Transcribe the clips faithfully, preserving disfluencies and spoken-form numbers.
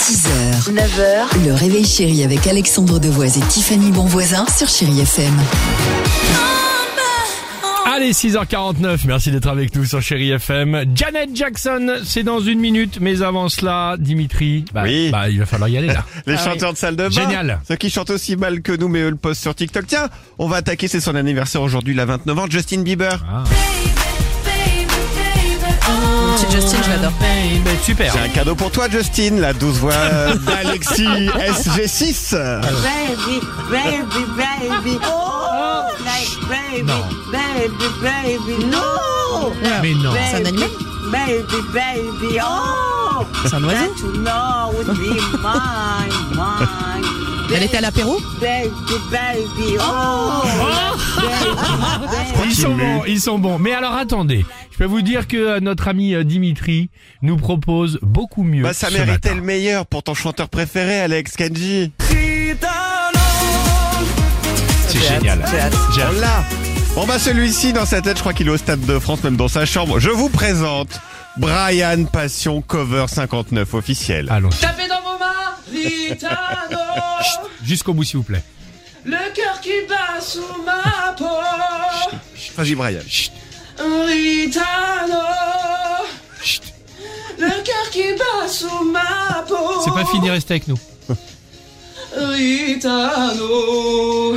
six heures, neuf heures, le réveil chéri avec Alexandre Devoise et Tiffany Bonvoisin sur Chéri F M. Allez, six heures quarante-neuf, merci d'être avec nous sur Chéri F M. Janet Jackson, c'est dans une minute, mais avant cela, Dimitri, bah, oui. bah il va falloir y aller là. Les ah, chanteurs oui. de salle de bain. Génial. Ceux qui chantent aussi mal que nous, mais eux le postent sur TikTok. Tiens, on va attaquer, c'est son anniversaire aujourd'hui, la vingt-neuf ans, Justin Bieber. Ah. C'est Justin, je l'adore. Bah, super. J'ai un cadeau pour toi, Justin, la douce voix d'Alexis S G six. Baby, baby, baby, oh, like baby, Non. baby, baby, no. Mais non. C'est un animal? Baby, baby, oh. C'est un oiseau? To know would be mine, mine. Elle était à l'apéro? Baby, baby, oh. Ils sont bons, ils sont bons. Mais alors attendez, je peux vous dire que euh, notre ami euh, Dimitri nous propose beaucoup mieux. Bah, ça ce méritait matin. le meilleur pour ton chanteur préféré, Alex Kenji. C'est génial. J'ai hâte. J'ai hâte. On l'a. Bon bah celui-ci dans sa tête, je crois qu'il est au Stade de France, même dans sa chambre. Je vous présente Brian Passion Cover cinquante-neuf officiel. Allons. Tapez dans vos mains, Ritano. Jusqu'au bout s'il vous plaît. Le cœur qui bat sous ma peau. Vas-y Brian. Ritano. Le cœur qui bat sous ma peau. C'est pas fini, restez avec nous. Ritano.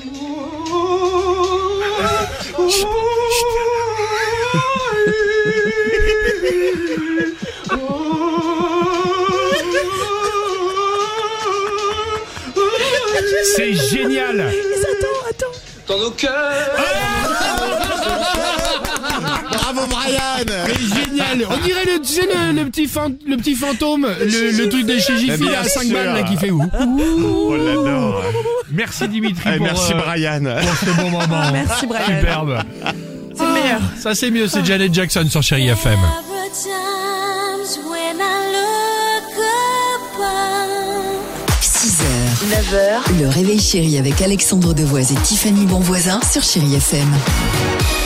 C'est génial. Dans nos cœurs. Bravo Brian. C'est génial. On dirait le, tu sais, le, le petit fan- le petit fantôme, le, le truc de chez Jiffy Bien à cinq sûr. balles là qui fait ouh. On l'adore. Merci Dimitri Eh, pour, merci euh, Brian. pour ce bon moment. Merci, Brian. Superbe. C'est le meilleur. Ça c'est mieux, c'est Janet Jackson sur Chéri F M. six heures, neuf heures, le réveil chéri avec Alexandre Devoise et Tiffany Bonvoisin sur Chéri F M.